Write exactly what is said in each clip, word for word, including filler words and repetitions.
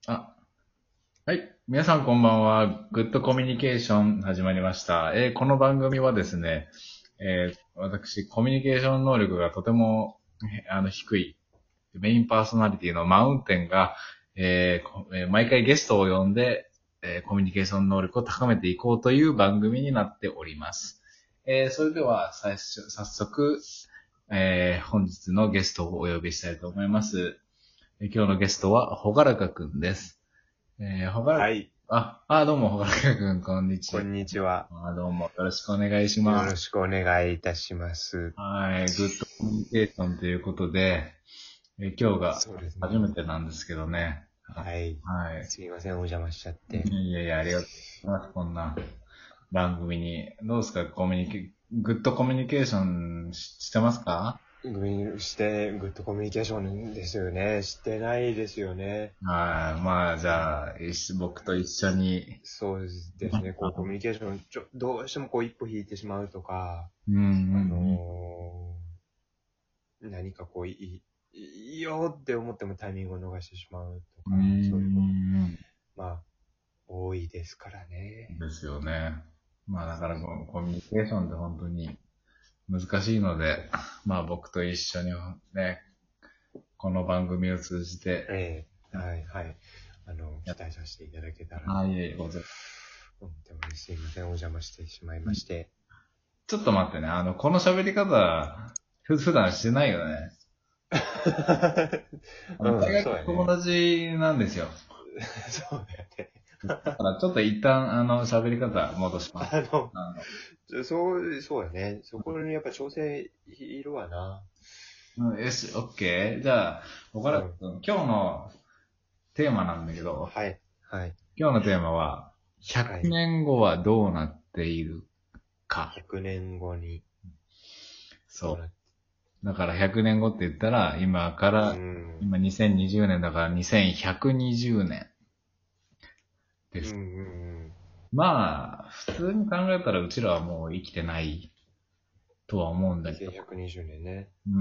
あ、はい。皆さんこんばんは。グッドコミュニケーション始まりました。えーこの番組はですね、えー私、コミュニケーション能力がとても、えあの、低い、メインパーソナリティのマウンテンが、えーこえー毎回ゲストを呼んで、えーコミュニケーション能力を高めていこうという番組になっております。えーそれでは、最初、早速、えー本日のゲストをお呼びしたいと思います。えー今日のゲストは、ほがらかくんです。えー、ほがらか、 はい、 あ、あ、どうも、ほがらかくん、こんにちこんにちは。 は。どうも、よろしくお願いします。 よろしくお願いいたします。 はい、グッドコミュニケーションということで、えー今日がそうですね。 初めてなんですけどね。あはい。 はい。 すみません、お邪魔しちゃって。 いやいや、ありがとうございます。こんな番組に。どうですか、コミュニケ、グッドコミュニケーションししてますか？ グリーンして、グッドコミュニケーションですよね。してないですよね。 はい。まあ、じゃあ、一緒僕と一緒に。 そうですね。こう、コミュニケーション、ちょ、どうしてもこう、一歩引いてしまうとか、 うんうんうあん。 のー何かこう、いい、いいよって思ってもタイミングを逃してしまうとうーか、そういうこと、 ん。 まあ、多いですからね。 ですよね。まあだからこうコミュニケーションって本当に難しいので、まあ僕と一緒にね、この番組を通じて、 ええ、はい、はい。あの、期待させていただけたらあ、 といえいえ、ござい思っており、すいません、お邪魔してしまいまして。 ちょっと待ってね、あの、この喋り方、ふ普段してないよね。あの、大うん、そう学友やね。 達なんですよ。 そうやね。 だからちょっと一旦、あの、喋り方戻します。 あの、 あの、 そう、そうやね。そこにやっぱ調整いるわな。 うん、よし、オッケー。じゃあ、岡田うん。 君、今日のテーマなんだけど、 はい、はい、 今日のテーマは、100 はい。 年後はどうなっているか。 ひゃくねんごに、どうそなって、 う。だからひゃくねんごって言ったら、今かうら、 ん、 今にせんにじゅうねんだからにせんひゃくにじゅうねんでうん、うす。 ん、 まあ、普通に考えたらうちらはもう生きてないとは思うんうん。 だけど。 にせんひゃくにじゅうねんね。 うん。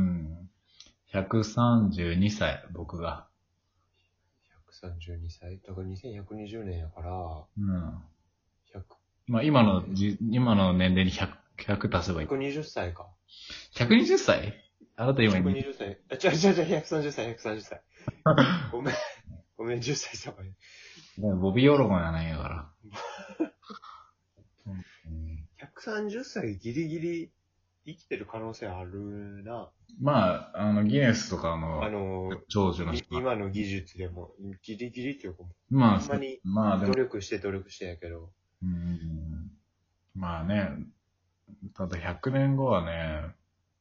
ひゃくさんじゅうにさい、僕が。 ひゃくさんじゅうにさい。だからにせんひゃくにじゅうねんやから、 うん。 ひゃく、 まあ今えー、 のじ、今の年齢にひゃく、ひゃく足せばいい。 ひゃくにじゅっさいか。 ひゃくにじゅっさい？あなた今に、 ひゃくにじゅっさい。あ、違う違う違う、ひゃくさんじゅっさい、ひゃくさんじゅっさい。ごめん、ごめん、じゅっさい差ばい。 ボビーオロゴンやないんやから。うんひゃくさんじゅっさいギリギリ生きてる可能性あるな。 まあ、あの、ギネスとかあのの、 長寿のい人は、 今の技術でも、ギリギリっていうかもう、 まあ、そほんまにまあでも、 努力して努力してやけど、 うん、まあね、ただひゃくねんごはね、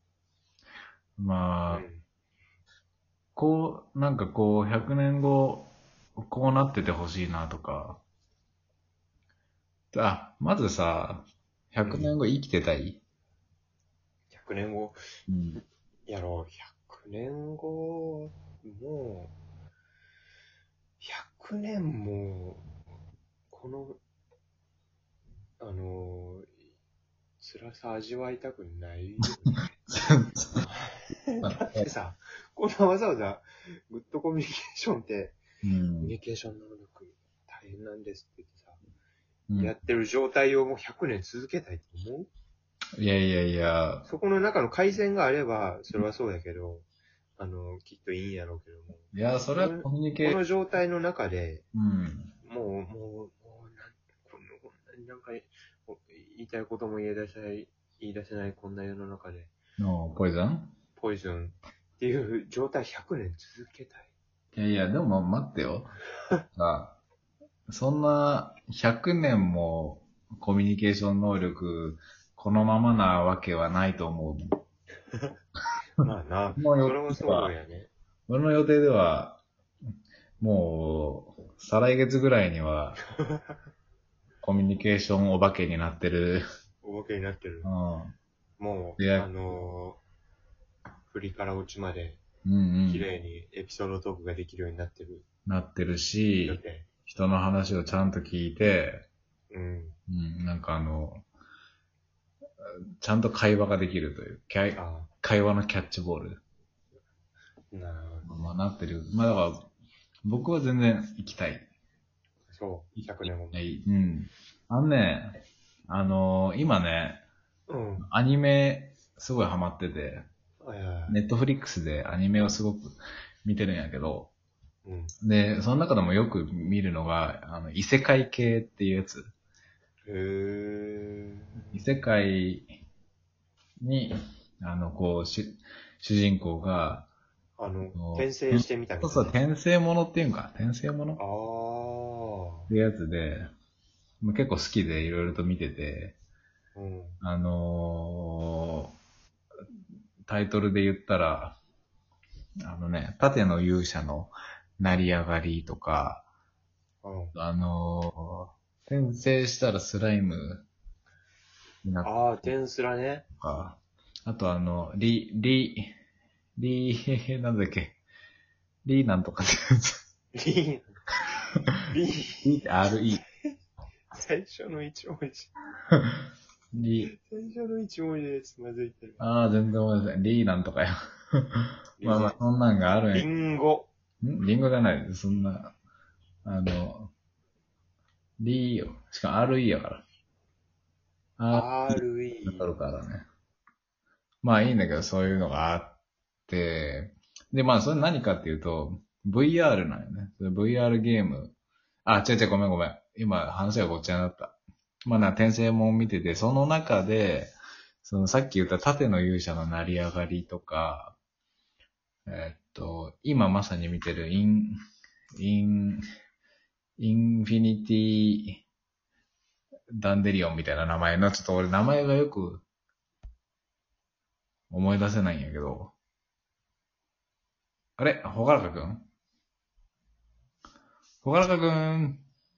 まあ、 うん。 こう、なんかこう、ひゃくねんご、こうなっててほしいなとか。あ、まずさ、100 うん。 年後生きてたい？ ひゃくねんご、 うん。 やろう、ひゃくねんご、もう、ひゃくねんも、この、あの、辛さ味わいたくないよね。だってさ、こんなわざわざグッドコミュニケーションって、 うん。 コミュニケーション能力大変なんですって言ってさ、 うん。 やってる状態をもうひゃくねん続けたいと思う？ いやいやいや、 そこの中の改善があれば、それはそうやけど、あの、きっといいんやろうけども、 いや、それはこの、 コミュニケー、 この状態の中で、 うん。 もう、もう、もう、なんこんな、こんなになんか、言いたいことも言い出せない、言い出せないこんな世の中で、 の、ポイズン。 ポイズンっていう状態ひゃくねん続けたい。 いやいや、でも待ってよ。あ、そんなひゃくねんもコミュニケーション能力、このままなわけはないと思う。 まあな、 俺の予それは定では、 そうやね。 俺の予定では、もう、再来月ぐらいには、コミュニケーションお化けになってる。 お化けになってる。 うん。 もう、 で、 あのー、振りから落ちまで、 うんう綺ん。 麗にエピソードトークができるようになってるなってるし、 予定。 人の話をちゃんと聞いて、 うん。 うん、なんかあの、ちゃんと会話ができるという、キャイあ会話のキャッチボール。 あ、なるほどね。 まあなってる。まあだから、 僕は全然行きたい。 そう、ひゃくねんご。 はい。うん。あのね、あのー今ね、 うん。 アニメすごいハマってて、 はいはいはい。 ネットフリックスでアニメをすごく見てるんやけど、 うん。 で、その中でもよく見るのが、あの、異世界系っていうやつ。 へー。 異世界に、あの、こう、主主人公が、 あの、 こう転転生してみたみそうそう、 たいなやつ。 転生ものっていうんか、転生ものっあていうやつで、まあ結構好きでいろいろと見てて、 あ。うん。 あのータイトルで言ったら、あのね、盾の勇者の成り上がりとか、 うん。 あのー転生したらスライムになったああ、転スラね。 とか、あとあの、リ、リ、リ、なんだっけ、リなんとかってやつ。 リー、リー、 リって アールイー。 最初の一文字。 リ、 最初の一文字でつまずいてる。 ああ、全然思い出せない。リなんとかよ。まあまあ、 リそんなんがあるんや。 リンゴ。 んリンゴじゃないです。そんな、あの、リよ。しかも アールイー やから。かかアールイー。 るからね。まあいいんだけど、そういうのがあって、で、まあそれ何かっていうと、ブイアール なんよね。それ ブイアール ゲーム。あ、違う違う、ごめんごめん。今話がごっちゃになった。まあな、転生もん見てて、その中で、そのさっき言った盾の勇者の成り上がりとか、えーっと、今まさに見てるイン、イン、インフィニティダンデリオンみたいな名前の、ちょっと俺名前がよく思い出せないんやけど、あれほがらかくんほがらかくん。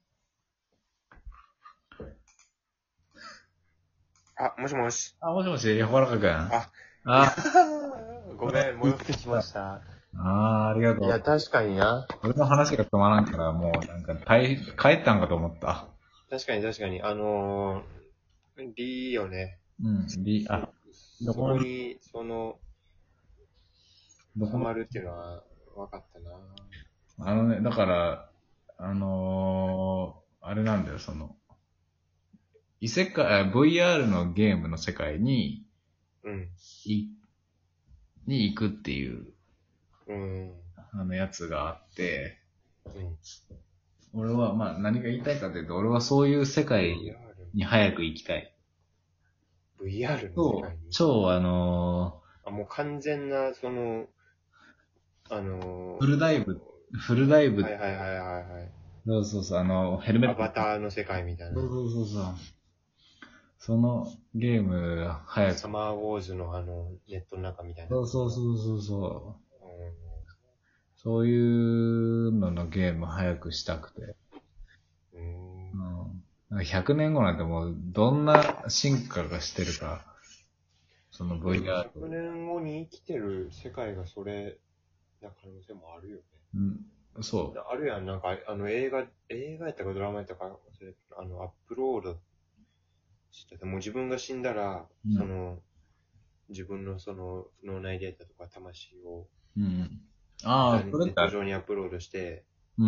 あ、もしもし。 あ、もしもし、ほがらかくん。 あ、いやあ、 ー、ごめん、戻ってきました。 あー、ありがいや、 とう。 確かにな。 俺の話が止まらんから、もうなんか、帰帰ったんかと思った。 確かに確かに。あのー、リよね。 うん、り、あ、どそこの、 こに、その、 どこの、 ハマるっていうのは分かったな。 あのね、だから、あのー、あれなんだよ、その、異世界、あ ブイアール のゲームの世界に、 うん。 い、に行くっていう、 うん。 あのやつがあって、 うん。 俺は、まあ何が言いたいかというと、俺はそういう世界ブイアール、 に早く行きたい。 ブイアール の世超、 界に。 超あのあ、もう完全な、その、あのー、フルダイブ、フルダイー、 ブ、 はいはいはいはいはい。 そうそうそう、あの、ヘルメット。 アバターの世界みたいな。 そうそうそうそう。そのゲーム早く。 サマーウォーズのあの、ネットの中みたいな。 そうそうそうそうそう。 うそういうののゲーム早くしたくて。 ん。うんうん。なんかひゃくねんごなんてもう、どんな進化がしてるか、そのでもブイアール。 ひゃくねんごに生きてる世界がそれな可能性もあるよね。 うん。そあるやん、なんか、あの、映画、映画やったかドラマやったか、それあの、アップロードしてて、もう自分が死んだら、 う。うん。 その、自分のその、脳内データとか魂を、 うん。ああ、それネットってある。 上にアップロードして、 うん。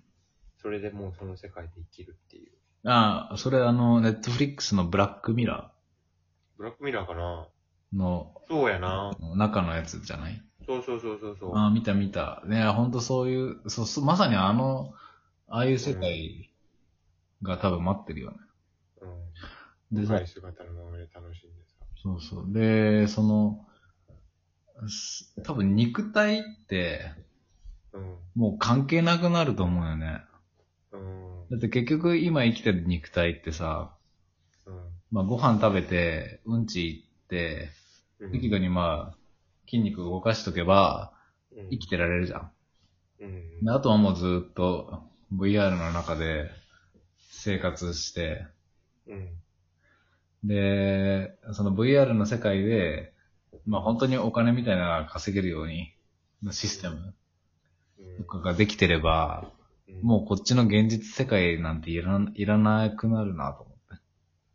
それでもうその世界で生きるっていう。 ああ、それあの、ネットフリックスのブラックミラブラックミラーかな。 ーのそうやな。 中のやつじゃない？ そうそうそうそうそああ、見た見た。ね、ほんとそういう、そう、そうまさにあの、ああいうう。う世ん。 界が多分待ってるよね。 うん。 でさ、 若い姿のままで楽しんでさ。 そうそう。で、その、す多分肉体って、 うん。 もう関係なくなると思うよね。 うん。 だって結局今生きてる肉体ってさ、 うん。 まあご飯食べて、うんち行って、 うん。 適度にまあ、筋肉動かしとけば、 うん生きてられるじゃん。 うんであとはもうずっと ブイアール の中で生活して、 うんで、その ブイアール の世界で、まあ本当にお金みたいなのが稼げるように、システムうんとかができてれば、 うんもうこっちの現実世界なんていらいらなくなるなと思って。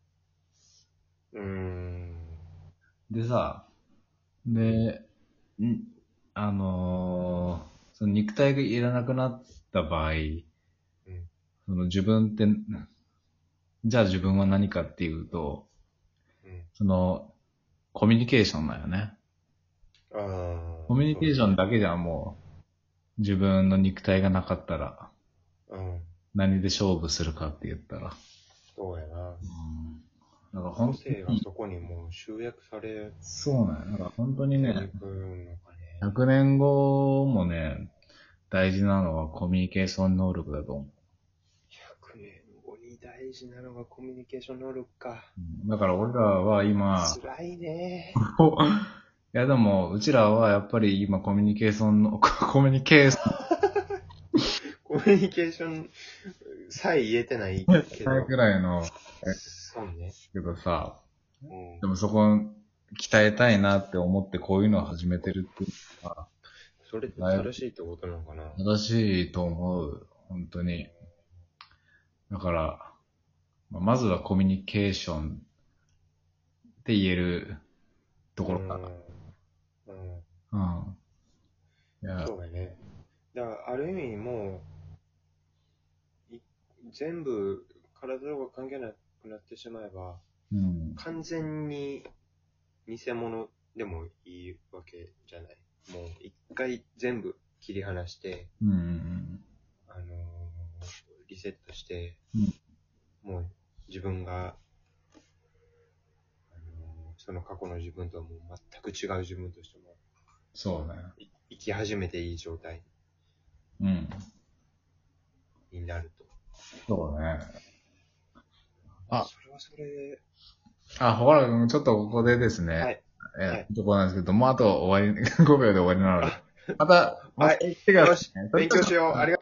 うんでさ、で、んあのーその肉体がいらなくなった場合、 うん。 その自分って、じゃあ自分は何かっていうと、 うん。 その、コミュニケーションだよね。 ああ。 コミュニケーションだけじゃ。 ゃもう、自分の肉体がなかったら、 うん。 何で勝負するかって言ったら。 そうやな。 うん。だから個本当に、 性がそこにもう集約されそうなんや。だから本当にていね、 くのかね。 ひゃくねんごもね、大事なのはコミュニケーション能力だと思う。 ひゃくねんごに大事なのがコミュニケーション能力か。 うんだから俺らは今、 辛いね。 いやでも、うちらはやっぱり今コミュニケーションの、コミュニケーションコミュニケーションさえ言えてないけど。 ぐらいの、 そうね。 けどさ、 うんで。もそこ鍛えたいなって思ってこういうのを始めてるっていうのは、 それって正しいってことなのかな。 正しいと思う。本当に。だから、まあまずはコミュニケーションって言えるところかうん。うん。 な。うん。いや、 そうだね。だから、ある意味もう、い全部、体が関係なくなってしまえば、 うん。 完全に偽物でもいいわけじゃない。もう、一回全部切り離して、 うんうんあのーリセットして、 うん。 もう自分が、あのーその過去の自分とはもう全く違う自分としても、 そうね。 い生き始めていい状態うん。 になると。 そうね。あ、 それはそれで、 あ、ほら、ちょっとここでですね、 はい。 えはいーところなんですけど、もうあと終わり、ごびょうで終わりなので、また、またはい来てくださいよし、勉強しよう。ありがとう。